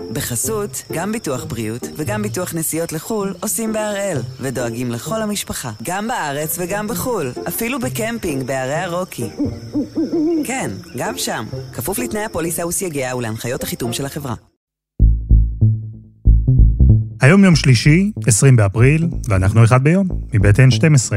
בחסות, גם ביטוח בריאות וגם ביטוח נסיעות לחול עושים בהראל, ודואגים לכל המשפחה, גם בארץ וגם בחול, אפילו בקמפינג בערי הרוקי. כן, גם שם, כפוף לתנאי הפוליסה וסייגיה ולהנחיות החיתום של החברה. היום יום שלישי, 20 באפריל, ואנחנו אחד ביום, מבית N12.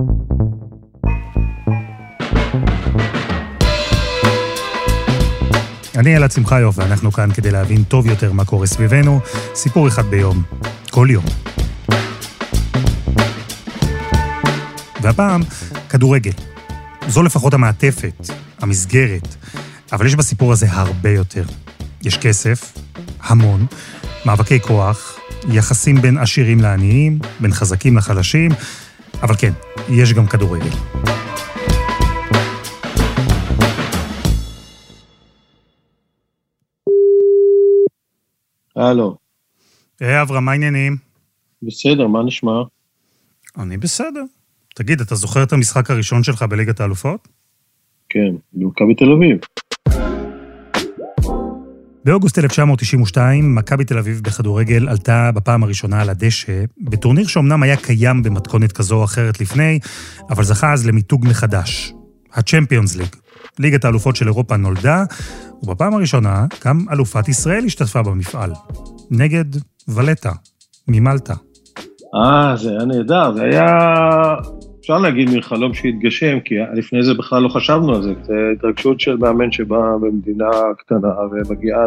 אני אלעד שמחיוף, ואנחנו כאן כדי להבין טוב יותר מה קורה סביבנו, סיפור אחד ביום, כל יום. והפעם, כדורגל. זו לפחות המעטפת, המסגרת, אבל יש בסיפור הזה הרבה יותר. יש כסף, המון, מאבקי כוח, יחסים בין עשירים לעניים, בין חזקים לחלשים, אבל כן, יש גם כדורגל. הלו. אברהם, מה העניינים? בסדר, מה נשמע? אני בסדר. תגיד, אתה זוכר את המשחק הראשון שלך בליגת האלופות? כן, מכבי תל אביב. באוגוסט 1992, מכבי תל אביב בכדורגל עלתה בפעם הראשונה על הדשא, בטורניר שאומנם היה קיים במתכונת כזו או אחרת לפני, אבל זכה אז למיתוג מחדש. הצ'מפיונס ליג. ליגת האלופות של אירופה נולדה, ובפעם הראשונה גם אלופת ישראל השתתפה במפעל. נגד ולטה, ממלטה. זה היה נהדר, זה היה, אפשר להגיד מחלום שהתגשם, כי לפני זה בכלל לא חשבנו על זה, זה התרגשות של מאמן שבא במדינה קטנה, ומגיעה עד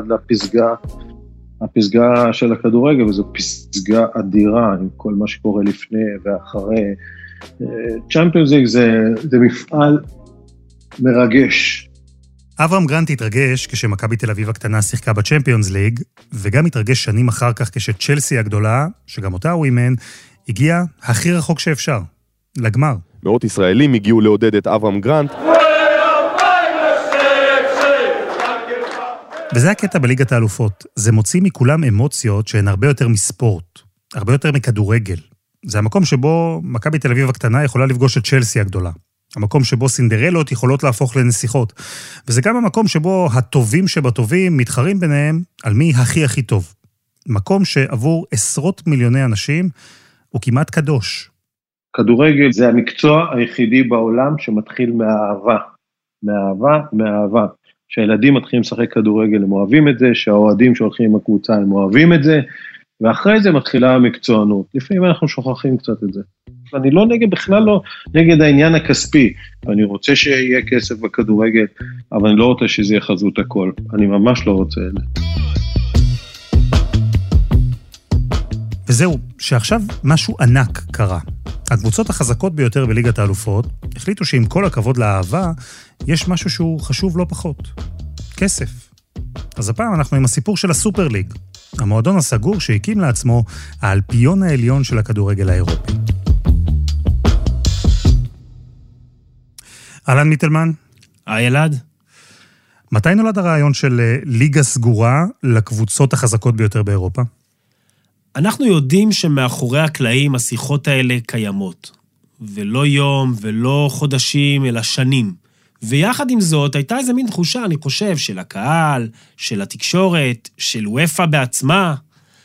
הפסגה של הכדורגל, וזו פסגה אדירה, עם כל מה שקורה לפני ואחרי. צ'מפיונס ליג זה מפעל מרגש. אברהם גרנט התרגש כשמכבי תל אביב הקטנה שיחקה בצ'מפיונס ליג, וגם התרגש שנים אחר כך כשצ'לסי הגדולה, שגם אותה הוא אימן, הגיעה הכי רחוק שאפשר, לגמר. מאות ישראלים הגיעו לעודד את אברהם גרנט. וזה הקטע בליגת האלופות. זה מוציא מכולם אמוציות שהן הרבה יותר מספורט, הרבה יותר מכדורגל. זה המקום שבו מכבי תל אביב הקטנה יכולה לפגוש את צ'לסי הגדולה. המקום שבו סינדרלות יכולות להפוך לנסיכות. וזה גם המקום שבו הטובים שבטובים מתחרים ביניהם על מי הכי טוב. מקום שעבור עשרות מיליוני אנשים הוא כמעט קדוש. כדורגל זה המקצוע היחידי בעולם שמתחיל מהאהבה. שהילדים מתחילים לשחק כדורגל, הם אוהבים את זה, שהאוהדים שהולכים עם הקבוצה, הם אוהבים את זה, ואחרי זה מתחילה המקצוענות. לפעמים אנחנו שוכחים קצת את זה. אני לא נגד, בכלל לא נגד העניין הכספי, ואני רוצה שיהיה כסף בכדורגל, אבל אני לא רוצה שזה יהיה חזות הכל. אני ממש לא רוצה את זה. וזהו, שעכשיו משהו ענק קרה. הקבוצות החזקות ביותר בליגת האלופות החליטו שעם כל הכבוד לאהבה, יש משהו שהוא חשוב לא פחות. כסף. אז הפעם אנחנו עם הסיפור של הסופר ליג, המועדון הסגור שהקים לעצמו האלפיון העליון של הכדורגל האירופי. אלן מיטלמן. אלעד. מתי נולד הרעיון של ליגה סגורה לקבוצות החזקות ביותר באירופה? אנחנו יודעים שמאחורי הקלעים השיחות האלה קיימות. ולא יום ולא חודשים, אלא שנים. ויחד עם זאת, הייתה איזה מין תחושה, אני חושב, של הקהל, של התקשורת, של וופא בעצמה,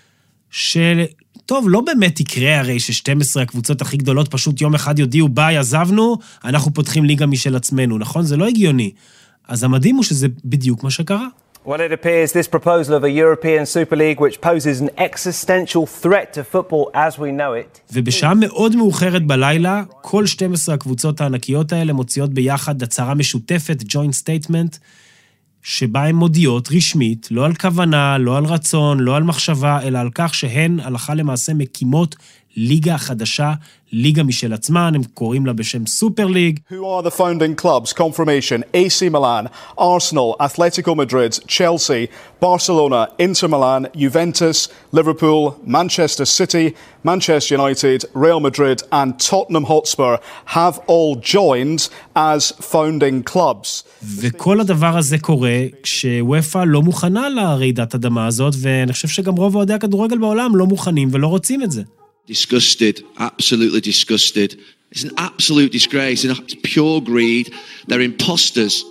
טוב, לא באמת יקרה הרי ש12 הקבוצות הכי גדולות פשוט יום אחד יודיעו, ביי, עזבנו, אנחנו פותחים ליגה משל עצמנו, נכון? זה לא הגיוני. אז המדהים הוא שזה בדיוק מה שקרה. Well, it appears this proposal of a European Super League which poses an existential threat to football as we know it. ובשעה מאוד מאוחרת בלילה, כל 12 הקבוצות הענקיות האלה מוציאות ביחד הצהרה משותפת, joint statement, שבה הן מודיעות רשמית, לא על כוונה, לא על רצון, לא על מחשבה, אלא על כך שהן הלכה למעשה מקימות ליגה חדשה, ליגה משל עצמן, הם קוראים לה בשם סופר ליג. Who are the founding clubs? Confirmation: AC Milan, Arsenal, Atletico Madrid, Chelsea, Barcelona, Inter Milan, Juventus, Liverpool, Manchester City, Manchester United, Real Madrid and Tottenham Hotspur have all joined as founding clubs. וכל הדבר הזה קורה כשוופא לא מוכנה לרעידת אדמה הזאת, ואני חושב שגם רוב אוהדי הכדורגל בעולם לא מוכנים ולא רוצים את זה. Disgusted, absolutely disgusted. It's an absolute disgrace, it's pure greed. They're imposters.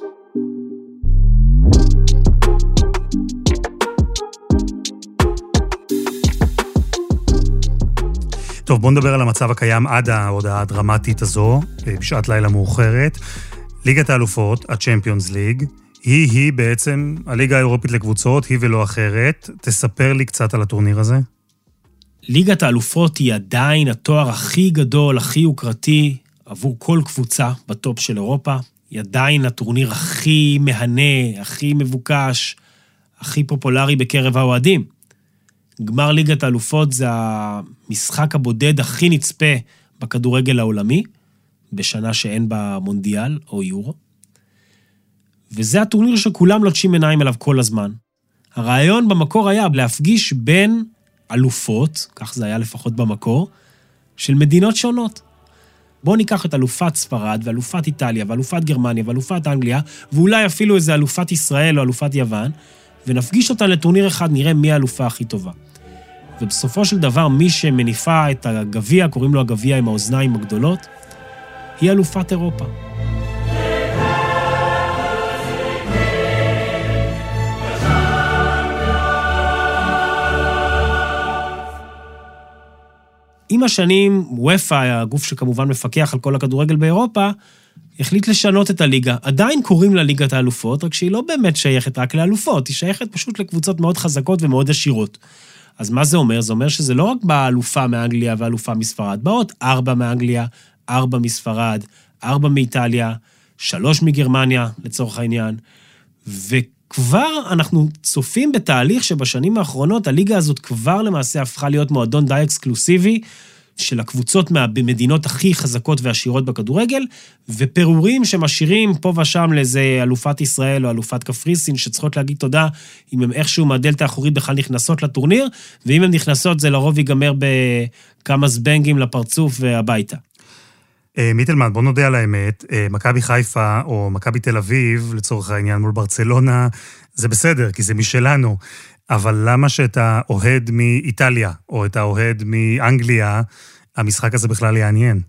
טוב, בוא נדבר על המצב הקיים עד ההודעה הדרמטית הזו, בשעת לילה מאוחרת. ליגת האלופות, הצ'מפיונס ליג, היא בעצם הליגה האירופית לקבוצות, היא ולא אחרת. תספר לי קצת על הטורניר הזה. ליגת האלופות היא עדיין התואר הכי גדול, הכי יוקרתי, עבור כל קבוצה בטופ של אירופה. היא עדיין הטורניר הכי מהנה, הכי מבוקש, הכי פופולרי בקרב האוהדים. גמר ליגת האלופות זה המשחק הבודד הכי נצפה בכדורגל העולמי, בשנה שאין בה מונדיאל או יורו. וזה הטורניר שכולם לוטשים עיניים אליו כל הזמן. הרעיון במקור היה להפגיש בין אלופות, כך זה היה לפחות במקור, של מדינות שונות. בואו ניקח את אלופת ספרד, ואלופת איטליה, ואלופת גרמניה, ואלופת אנגליה, ואולי אפילו איזה אלופת ישראל או אלופת יוון, ונפגיש אותן לטורניר אחד, נראה מי האלופה הכי טובה. ובסופו של דבר, מי שמניפה את הגביע, קוראים לו הגביע עם האוזניים הגדולות, היא אלופת אירופה. עם השנים, UEFA, הגוף שכמובן מפקח על כל הכדורגל באירופה, החליט לשנות את הליגה. עדיין קוראים לה ליגת האלופות, רק שהיא לא באמת שייכת רק לאלופות, היא שייכת פשוט לקבוצות מאוד חזקות ומאוד עשירות. אז מה זה אומר? זה אומר שזה לא רק באלופה מאנגליה ואלופה מספרד, באות 4 מאנגליה, 4 מספרד, 4 מאיטליה, 3 מגרמניה, לצורך העניין, וכבר אנחנו צופים בתהליך שבשנים האחרונות הליגה הזאת כבר למעשה הפכה להיות מועדון די אקסקלוסיבי, של הקבוצות במדינות הכי חזקות ועשירות בכדורגל, ופירורים שמשאירים פה ושם לאיזה אלופת ישראל או אלופת קפריסין, שצריכות להגיד תודה אם הם איכשהו מהדלת האחורית בכלל נכנסות לטורניר, ואם הן נכנסות זה לרוב ייגמר בכמה זבנגים לפרצוף והביתה. מיטלמן, בוא נודה על האמת, מכבי חיפה או מכבי תל אביב, לצורך העניין מול ברצלונה, זה בסדר, כי זה משלנו, אבל למה שאת האוהד מאיטליה, או את האוהד מאנגליה, המשחק הזה בכלל יעניין?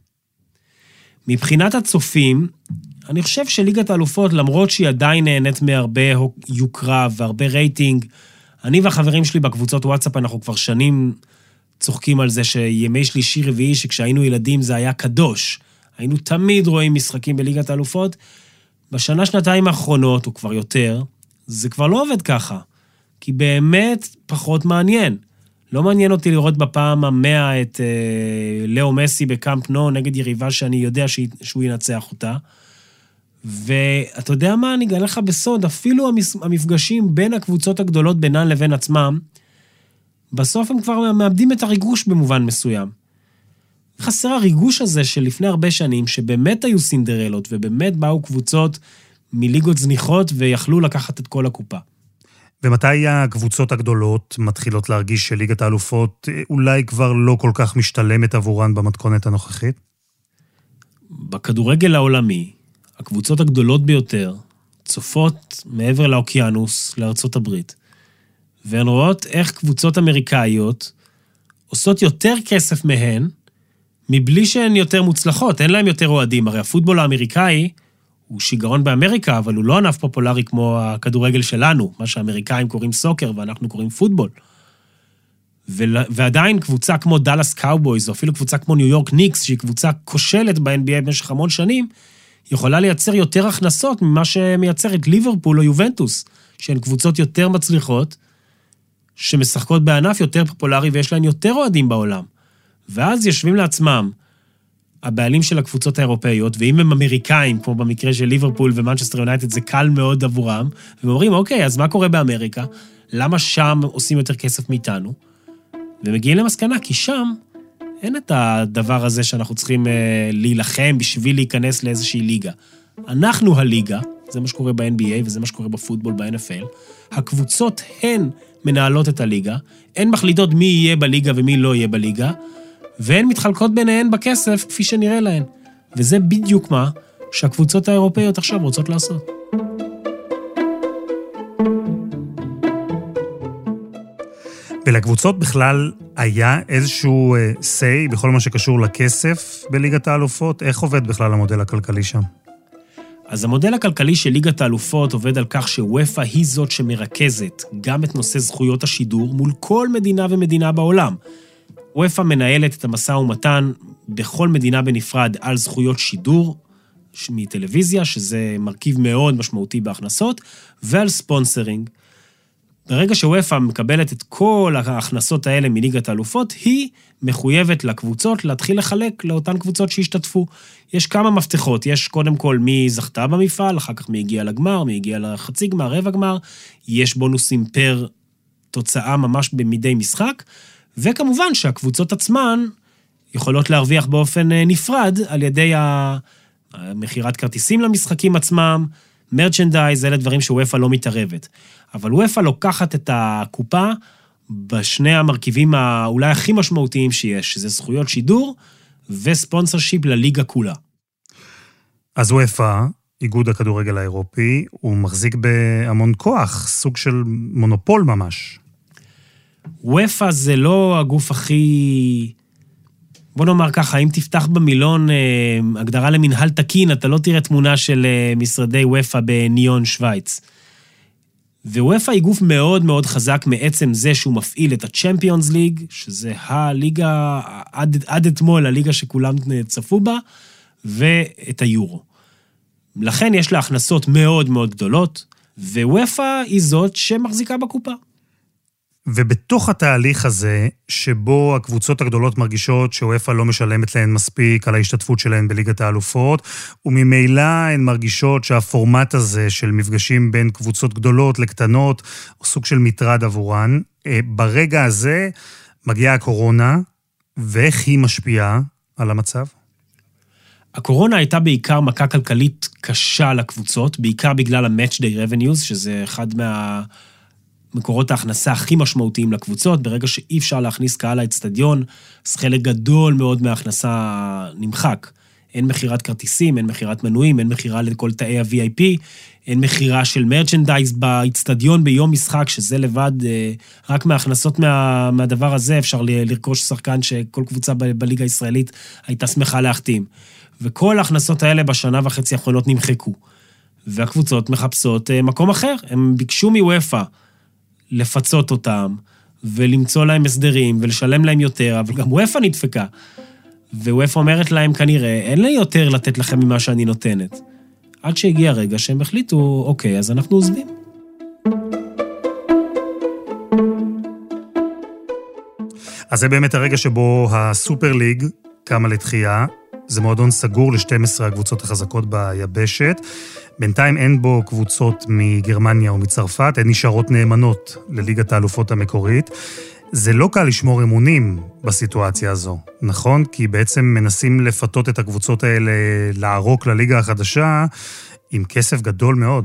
מבחינת הצופים, אני חושב שליגת האלופות, למרות שהיא עדיין נהנית מהרבה יוקרה והרבה רייטינג, אני והחברים שלי בקבוצות וואטסאפ, אנחנו כבר שנים צוחקים על זה שימי שלישי רביעי, שכשהיינו ילדים זה היה קדוש. היינו תמיד רואים משחקים בליגת האלופות. בשנה, שנתיים האחרונות, או כבר יותר, זה כבר לא עובד ככה. כי באמת פחות מעניין. לא מעניין אותי לראות בפעם ה-100 את לאו מסי בקאמפ נו, נגד יריבה שאני יודע שהוא ינצח אותה. ואתה יודע מה, אני אגלה לך בסוד, אפילו המפגשים בין הקבוצות הגדולות בינן לבין עצמם, בסוף הם כבר מאבדים את הריגוש במובן מסוים. חסר הריגוש הזה שלפני הרבה שנים, שבאמת היו סינדרלות, ובאמת באו קבוצות מליגות זניחות, ויכלו לקחת את כל הקופה. ומתי הקבוצות הגדולות מתחילות להרגיש שליגת האלופות אולי כבר לא כל כך משתלמת עבורן במתכונת הנוכחית? בכדורגל העולמי, הקבוצות הגדולות ביותר צופות מעבר לאוקיינוס לארצות הברית, והן רואות איך קבוצות אמריקאיות עושות יותר כסף מהן, מבלי שהן יותר מוצלחות, אין להן יותר אוהדים. הרי הפוטבול האמריקאי הוא שיגרון באמריקה, אבל הוא לא ענף פופולרי כמו הכדורגל שלנו, מה שהאמריקאים קוראים סוקר ואנחנו קוראים פוטבול. ועדיין קבוצה כמו דלס קאובויז, או אפילו קבוצה כמו ניו יורק ניקס, שהיא קבוצה כושלת ב-NBA במשך המון שנים, יכולה לייצר יותר הכנסות ממה שמייצרת ליברפול או יובנטוס, שהן קבוצות יותר מצליחות, שמשחקות בענף יותר פופולרי ויש להן יותר אוהדים בעולם. ואז יושבים לעצמם הבעלים של הקבוצות האירופאיות, ואם הם אמריקאים, כמו במקרה של ליברפול ומנצ'סטר יונייטד, זה קל מאוד עבורם, והם אומרים, אוקיי, אז מה קורה באמריקה? למה שם עושים יותר כסף מאיתנו? ומגיעים למסקנה, כי שם אין את הדבר הזה שאנחנו צריכים להילחם בשביל להיכנס לאיזושהי ליגה. אנחנו הליגה, זה מה שקורה ב-NBA וזה מה שקורה בפוטבול, ב-NFL. הקבוצות הן מנהלות את הליגה, הן מחליטות מי יהיה בליגה ומי לא יהיה בליגה, והן מתחלקות ביניהן בכסף כפי שנראה להן. וזה בדיוק מה שהקבוצות האירופאיות עכשיו רוצות לעשות. ולקבוצות בכלל היה איזשהו say בכל מה שקשור לכסף בליגת האלופות? איך עובד בכלל המודל הכלכלי שם? אז המודל הכלכלי של ליגת האלופות עובד על כך שוופא היא זאת שמרכזת גם את נושא זכויות השידור מול כל מדינה ומדינה בעולם. וופא מנהלת את המשא ומתן בכל מדינה בנפרד על זכויות שידור מטלוויזיה, שזה מרכיב מאוד משמעותי בהכנסות, ועל ספונסרינג. ברגע שוופא מקבלת את כל ההכנסות האלה מליגת האלופות, היא מחויבת לקבוצות להתחיל לחלק לאותן קבוצות שהשתתפו. יש כמה מפתחות, יש קודם כל מי זכתה במפעל, אחר כך מי הגיע לגמר, מי הגיע לחצי גמר, רבע גמר, יש בונוסים פר תוצאה ממש במדי משחק, וכמובן שהקבוצות עצמן יכולות להרוויח באופן נפרד על ידי מחירת כרטיסים למשחקים עצמם, מרצ'נדייז, אלה דברים שוופא לא מתערבת. אבל וופא לוקחת את הקופה בשני המרכיבים אולי הכי משמעותיים שיש, שזה זכויות שידור וספונסרשיפ לליגה כולה. אז וופא, איגוד הכדורגל האירופי, הוא מחזיק בהמון כוח, סוג של מונופול ממש. וופא זה לא הגוף הכי... בוא נאמר ככה, אם תפתח במילון הגדרה למנהל תקין, אתה לא תראה תמונה של משרדי וופא בניון שוויץ. ווופא היא גוף מאוד מאוד חזק מעצם זה שהוא מפעיל את הצ'מפיונס ליג, שזה הליגה, עד אתמול, הליגה שכולם צפו בה, ואת היורו. לכן יש לה הכנסות מאוד מאוד גדולות, ווופא היא זאת שמחזיקה בקופה. ובתוך התהליך הזה, שבו הקבוצות הגדולות מרגישות שוופא לא משלמת להן מספיק על ההשתתפות שלהן בליגת האלופות, וממילא הן מרגישות שהפורמט הזה של מפגשים בין קבוצות גדולות לקטנות, הוא סוג של מטרד עבורן. ברגע הזה מגיעה הקורונה, ואיך היא משפיעה על המצב? הקורונה הייתה בעיקר מכה כלכלית קשה לקבוצות, בעיקר בגלל ה-Match Day Revenues, שזה אחד מקורות ההכנסה הכי משמעותיים לקבוצות. ברגע שאי אפשר להכניס קהל לאצטדיון, אז חלק גדול מאוד מההכנסה נמחק. אין מחירת כרטיסים, אין מחירת מנויים, אין מחירה לכל תאי ה-VIP, אין מחירה של מרצ'נדייז באצטדיון ביום משחק, שזה לבד, רק מההכנסות מהדבר הזה אפשר לרכוש שחקן שכל קבוצה בליגה הישראלית הייתה שמחה להחתים. וכל ההכנסות האלה בשנה וחצי האחרונות נמחקו. והקבוצות מחפשות מקום אחר. הם ביקשו מוופא לפצות אותם, ולמצוא להם הסדרים, ולשלם להם יותר, אבל גם וופא נדפקה. ווופא אומרת להם, כנראה, אין לי יותר לתת לכם ממה שאני נותנת. עד שהגיע הרגע שהם החליטו, אוקיי, אז אנחנו עוזבים. אז זה באמת הרגע שבו הסופר ליג קמה לתחייה, זה מועדון סגור ל-12 הקבוצות החזקות ביבשת, בינתיים אין בו קבוצות מגרמניה או מצרפת, הן נשארות נאמנות לליגת האלופות המקורית. זה לא קל לשמור אמונים בסיטואציה הזו, נכון? כי בעצם מנסים לפתות את הקבוצות האלה לערוק לליגה החדשה עם כסף גדול מאוד.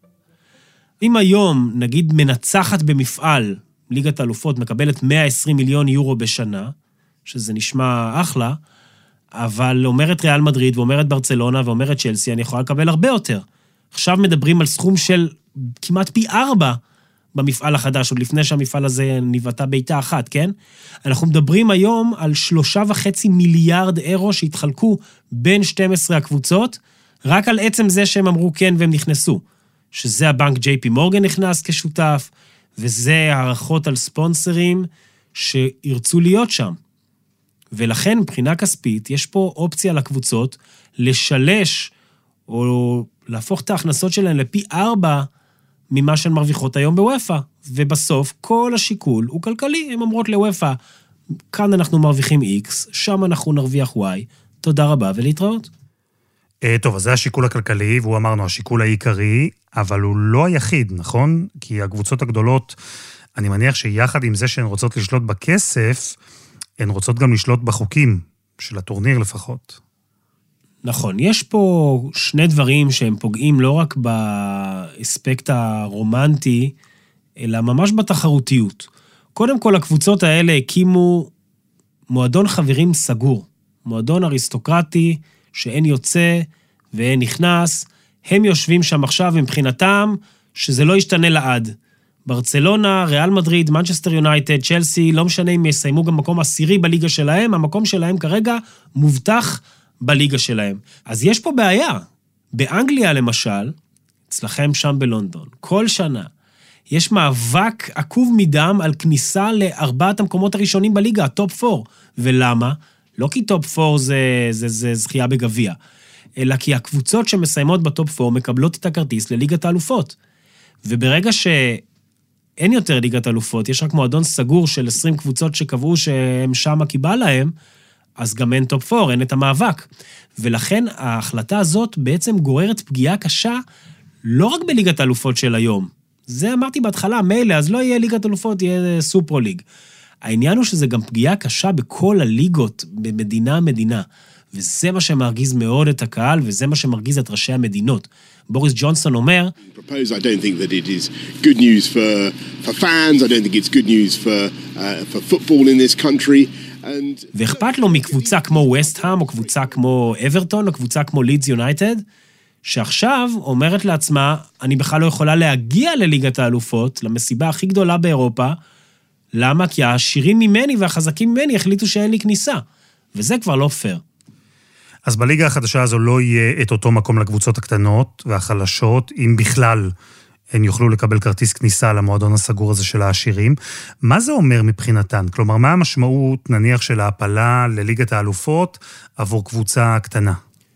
אם היום, נגיד, מנצחת במפעל, ליגת האלופות מקבלת 120 מיליון יורו בשנה, שזה נשמע אחלה, אבל אומרת ריאל מדריד ואומרת ברצלונה ואומרת צ'לסי, אני יכולה לקבל הרבה יותר. עכשיו מדברים על סכום של כמעט פי 4 במפעל החדש, עוד לפני שהמפעל הזה נבעתה ביתה אחת, כן? אנחנו מדברים היום על 3.5 מיליארד אירו שהתחלקו בין 12 הקבוצות, רק על עצם זה שהם אמרו כן והם נכנסו. שזה הבנק JP מורגן נכנס כשותף, וזה הערכות על ספונסרים שירצו להיות שם. ולכן, מבחינה כספית, יש פה אופציה לקבוצות לשלש, או להפוך את ההכנסות שלהן לפי 4 ממה שהן מרוויחות היום בוופא. ובסוף, כל השיקול הוא כלכלי. הן אומרות לוופא, כאן אנחנו מרוויחים X, שם אנחנו נרוויח Y, תודה רבה ולהתראות. טוב, אז זה השיקול הכלכלי, והוא אמרנו, השיקול העיקרי, אבל הוא לא היחיד, נכון? כי הקבוצות הגדולות, אני מניח שיחד עם זה שהן רוצות לשלוט בכסף, הן רוצות גם לשלוט בחוקים, של הטורניר לפחות. נכון, יש פה שני דברים שהם פוגעים לא רק באספקט הרומנטי, אלא ממש בתחרותיות. קודם כל, הקבוצות האלה הקימו מועדון חברים סגור, מועדון אריסטוקרטי, שאין יוצא ואין נכנס, הם יושבים שם עכשיו מבחינתם, שזה לא ישתנה לעד. ברצלונה, ריאל מדריד, מנצ'סטר יונייטד, צ'לסי, לא משנה אם יסיימו גם מקום 10 בליגה שלהם, המקום שלהם כרגע מובטח בליגה שלהם. אז יש פה בעיה. באנגליה למשל, אצלכם שם בלונדון, כל שנה, יש מאבק עקוב מדם על כניסה לארבעת המקומות הראשונים בליגה, הטופ 4. ולמה? לא כי טופ 4 זה זכייה בגביע, אלא כי הקבוצות שמסיימות בטופ 4 מקבלות את הכרטיס לליגת האלופות. וברגע שאין יותר ליגת האלופות, יש רק מועדון סגור של 20 קבוצות שקבעו שהם שם קיבל להם, אז גם אין טופ 4, אין את המאבק. ולכן ההחלטה הזאת בעצם גוררת פגיעה קשה, לא רק בליגת האלופות של היום. זה אמרתי בהתחלה, מילא, אז לא יהיה ליגת האלופות, יהיה סופרו ליג. העניין הוא שזה גם פגיעה קשה בכל הליגות, במדינה. וזה מה שמרגיז מאוד את הקהל, וזה מה שמרגיז את ראשי המדינות. בוריס ג'ונסון אומר, I don't think that it is good news for fans, I don't think it's good news for football in this country. ואכפת לו מקבוצה כמו ווסט-האם, או קבוצה כמו אברטון, או קבוצה כמו לידס יונייטד, שעכשיו אומרת לעצמה, אני בכלל לא יכולה להגיע לליגת האלופות, למסיבה הכי גדולה באירופה, למה? כי העשירים ממני והחזקים ממני החליטו שאין לי כניסה, וזה כבר לא פייר. אז בליגה החדשה הזו לא יהיה את אותו מקום לקבוצות הקטנות והחלשות, אם בכלל הן יוכלו לקבל כרטיס כניסה למועדון הסגור הזה של העשירים. מה זה אומר מבחינתן? כלומר, מה המשמעות, נניח, של ההפלה לליגת האלופות עבור קבוצה קטנה?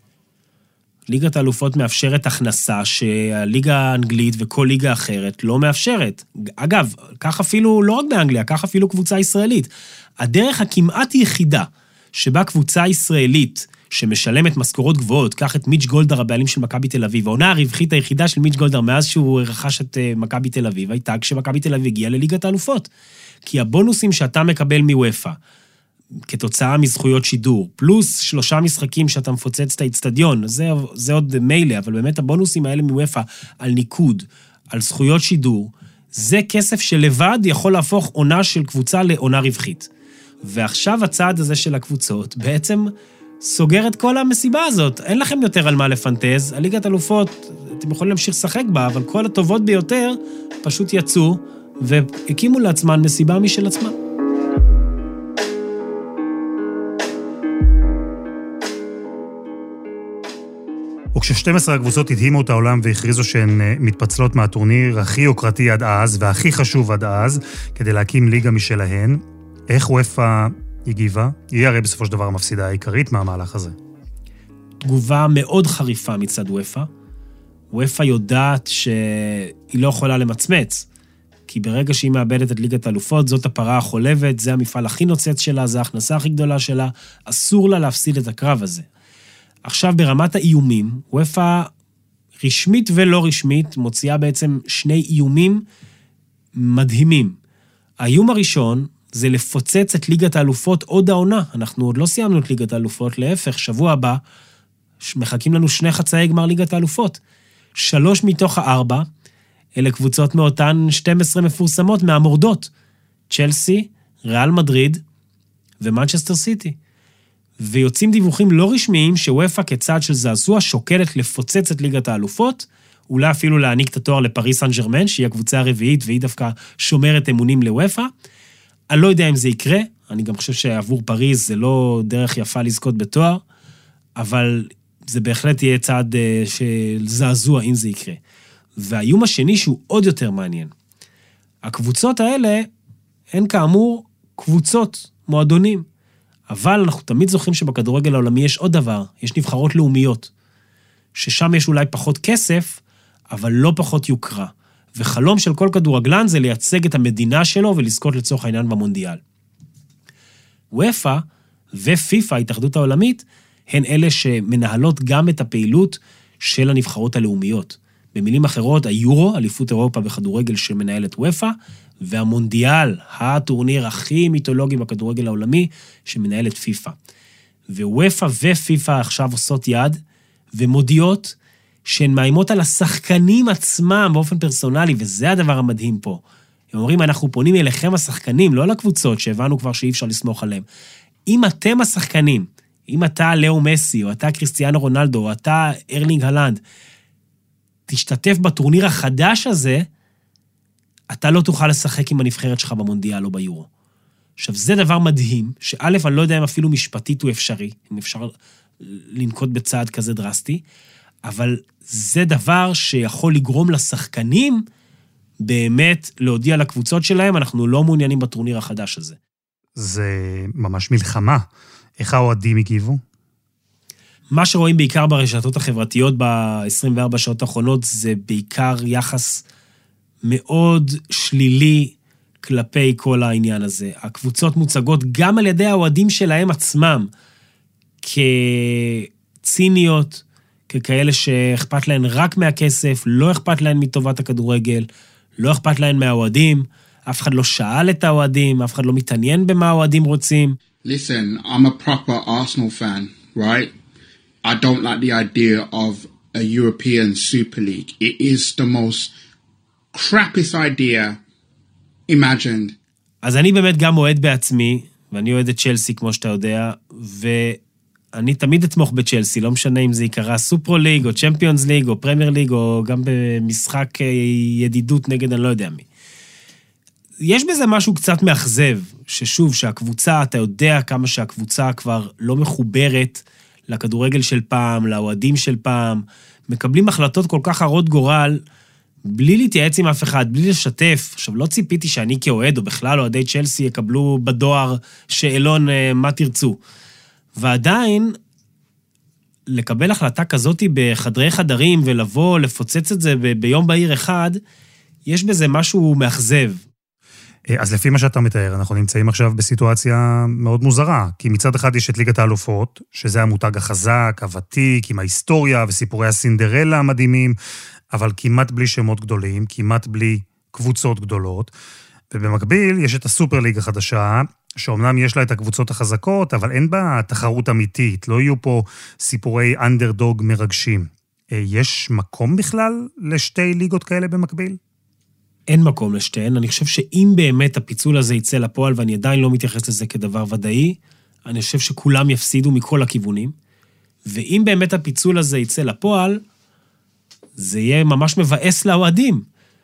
ליגת האלופות מאפשרת הכנסה שהליגה האנגלית וכל ליגה אחרת לא מאפשרת. אגב, כך אפילו, לא רק באנגליה, כך אפילו קבוצה ישראלית. הדרך הכמעט יחידה שבה קבוצה ישראלית שמשלמת משכורות גבוהות, קח את מיץ' גולדהר, הבעלים של מכבי תל אביב, העונה הרווחית היחידה של מיץ' גולדהר מאז שהוא רכש את מכבי תל אביב, הייתה כשמכבי תל אביב הגיעה לליגת האלופות. כי הבונוסים שאתה מקבל מוופא, כתוצאה מזכויות שידור, פלוס 3 משחקים שאתה מפוצץ את האצטדיון, זה עוד מילא, אבל באמת הבונוסים האלה מוופא על ניקוד, על זכויות שידור, זה כסף שלבד יכול להפוך עונה של קבוצה לעונה רווחית. ועכשיו הצעד הזה של הקבוצות בעצם סוגר את כל המסיבה הזאת. אין לכם יותר על מה לפנטז, הליגת אלופות, אתם יכולים להמשיך לשחק בה, אבל כל הטובות ביותר פשוט יצאו והקימו לעצמן מסיבה משל עצמם. וכש-12 הקבוצות הדהימו את העולם והכריזו שהן מתפצלות מהטורניר הכי יוקרתי עד אז, והכי חשוב עד אז, כדי להקים ליגה משלהן, איך וופא הגיבה? היא הרי בסופו של דבר המפסידה העיקרית מהמהלך הזה. תגובה מאוד חריפה מצד וופא. וופא יודעת שהיא לא יכולה למצמץ, כי ברגע שהיא מאבדת את ליגת האלופות, זאת הפרה החולבת, זה המפעל הכי נוצץ שלה, זה ההכנסה הכי גדולה שלה, אסור לה להפסיד את הקרב הזה. עכשיו ברמת האיומים, וופא רשמית ולא רשמית, מוציאה בעצם 2 איומים מדהימים. האיום הראשון זה לפוצץ את ליגת האלופות עוד העונה. אנחנו עוד לא סיימנו את ליגת האלופות, להפך, שבוע הבא מחכים לנו 2 חצאי גמר ליגת האלופות. 3 מתוך 4, אלה קבוצות מאותן 12 מפורסמות מהמורדות. צ'לסי, ריאל מדריד ומנצ'סטר סיטי. ויוצאים דיווחים לא רשמיים שוופא כצעד של זעזוע שוקלת לפוצץ את ליגת האלופות, אולי אפילו להעניק את התואר לפריס סן ז'רמן, שהיא הקבוצה הרביעית והיא דווקא שומרת אמונים לוופא. אני לא יודע אם זה יקרה, אני גם חושב שעבור פריז זה לא דרך יפה לזכות בתואר, אבל זה בהחלט יהיה צעד של זעזוע אם זה יקרה. והאיום השני שהוא עוד יותר מעניין. הקבוצות האלה הן כאמור קבוצות, מועדונים, אבל אנחנו תמיד זוכרים שבכדורגל העולמי יש עוד דבר, יש נבחרות לאומיות, ששם יש אולי פחות כסף, אבל לא פחות יוקרה. וחלום של כל כדורגלן זה לייצג את המדינה שלו ולזכות לצורך העניין במונדיאל. וופא ופיפ"א, ההתאחדות העולמית, הן אלה שמנהלות גם את הפעילות של הנבחרות הלאומיות. במילים אחרות, היורו, אליפות אירופה בכדורגל שמנהלת וופא, והמונדיאל, הטורניר הכי מיתולוגי בכדורגל העולמי, שמנהלת פיפ"א. ווופא ופיפ"א עכשיו עושות יד, ומודיעות שהן מאיימות על השחקנים עצמם באופן פרסונלי, וזה הדבר המדהים פה. הם אומרים, אנחנו פונים אליכם השחקנים, לא לקבוצות שהבנו כבר שאי אפשר לסמוך עליהם. אם אתם השחקנים, אם אתה לאו מסי, או אתה קריסטיאנו רונלדו, או אתה ארלינג הלנד, תשתתף בטורניר החדש הזה, אתה לא תוכל לשחק עם הנבחרת שלך במונדיאל או ביורו. עכשיו, זה דבר מדהים, שא', אני לא יודע אם אפילו משפטית הוא אפשרי, אם אפשר לנקוט בצעד כזה דרסטי, אבל זה דבר שיכול לגרום לשחקנים באמת להודיע לקבוצות שלהם, אנחנו לא מעוניינים בטורניר החדש הזה. זה ממש מלחמה. איך האוהדים הגיבו? מה שרואים בעיקר ברשתות החברתיות ב-24 שעות האחרונות, זה בעיקר יחס מאוד שלילי כלפי כל העניין הזה. הקבוצות מוצגות גם על ידי האוהדים שלהם עצמם, כציניות, ככאלה שאכפת להן רק מהכסף, לא אכפת להן מטובת הכדורגל, לא אכפת להן מהאוהדים, אף אחד לא שאל את האוהדים, אף אחד לא מתעניין במה האוהדים רוצים. Listen, I'm a proper Arsenal fan, right? I don't like the idea of a European Super League. It is the most crappiest idea imagined. אז אני באמת גם אוהד בעצמי, ואני אוהד את צ'לסי כמו שאתה יודע, ואני תמיד אתמוך בצ'לסי, לא משנה אם זה יקרה סופרו ליג, או צ'מפיונס ליג, או פרמייר ליג, או גם במשחק ידידות נגד אני לא יודע מי. יש בזה משהו קצת מאכזב, ששוב, שהקבוצה, אתה יודע כמה שהקבוצה כבר לא מחוברת לכדורגל של פעם, לאוהדים של פעם, מקבלים החלטות כל כך הרות גורל, בלי להתייעץ עם אף אחד, בלי לשתף. עכשיו, לא ציפיתי שאני כאוהד, או בכלל אוהדי צ'לסי, יקבלו בדואר שאלון מה תרצו. ועדיין, לקבל החלטה כזאת בחדרי חדרים, ולבוא, לפוצץ את זה ביום בהיר אחד, יש בזה משהו מאכזב. אז לפי מה שאתה מתאר, אנחנו נמצאים עכשיו בסיטואציה מאוד מוזרה, כי מצד אחד יש את ליגת האלופות, שזה המותג החזק, הוותיק, עם ההיסטוריה וסיפורי הסינדרלה המדהימים, אבל כמעט בלי שמות גדולים, כמעט בלי קבוצות גדולות, ובמקביל יש את הסופר ליגה החדשה, שאומנם יש לה את הקבוצות החזקות, אבל אין בה תחרות אמיתית, לא יהיו פה סיפורי אנדרדוג מרגשים. יש מקום בכלל לשתי ליגות כאלה במקביל? אין מקום לשתיהן. אני חושב שאם באמת הפיצול הזה יצא לפועל, ואני עדיין לא מתייחס לזה כדבר ודאי, אני חושב שכולם יפסידו מכל הכיוונים, ואם באמת הפיצול הזה יצא לפועל, זה יהיה ממש מבאס לאוהדים,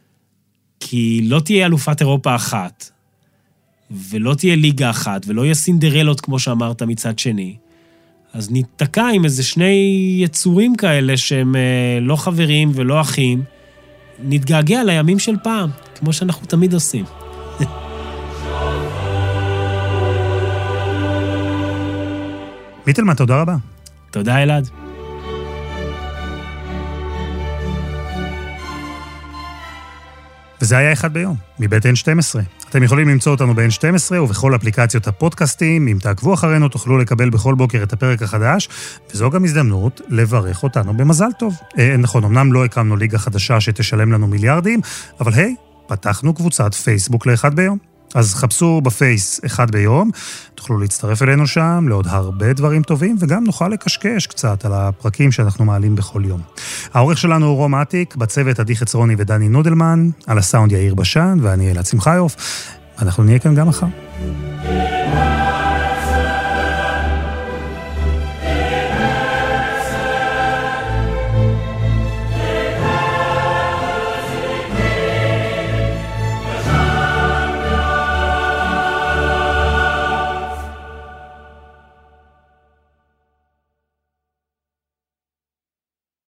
כי לא תהיה אלופת אירופה אחת, ולא תהיה ליגה אחת, ולא יהיה סינדרלות כמו שאמרת מצד שני, אז נתקע עם איזה שני יצורים כאלה שהם לא חברים ולא אחים, נתגעגע לימים של פעם, כמו שאנחנו תמיד עושים. מיטלמן, תודה רבה. תודה אלעד. וזה היה אחד ביום, מבית N12. אתם יכולים למצוא אותנו ב-N12 ובכל אפליקציות הפודקאסטים. אם תעקבו אחרינו תוכלו לקבל בכל בוקר את הפרק החדש, וזו גם הזדמנות לברך אותנו במזל טוב. נכון, אמנם לא הקמנו ליגה חדשה שתשלם לנו מיליארדים, אבל היי, פתחנו קבוצת פייסבוק לאחד ביום. אז חפשו בפייס אחד ביום, תוכלו להצטרף אלינו שם לעוד הרבה דברים טובים, וגם נוכל לקשקש קצת על הפרקים שאנחנו מעלים בכל יום. העורך שלנו הוא רום עתיק, בצוות עדי חצרוני ודני נודלמן, על הסאונד יאיר בשן, ואני אלעד שמחיוף. אנחנו נהיה כאן גם מחר.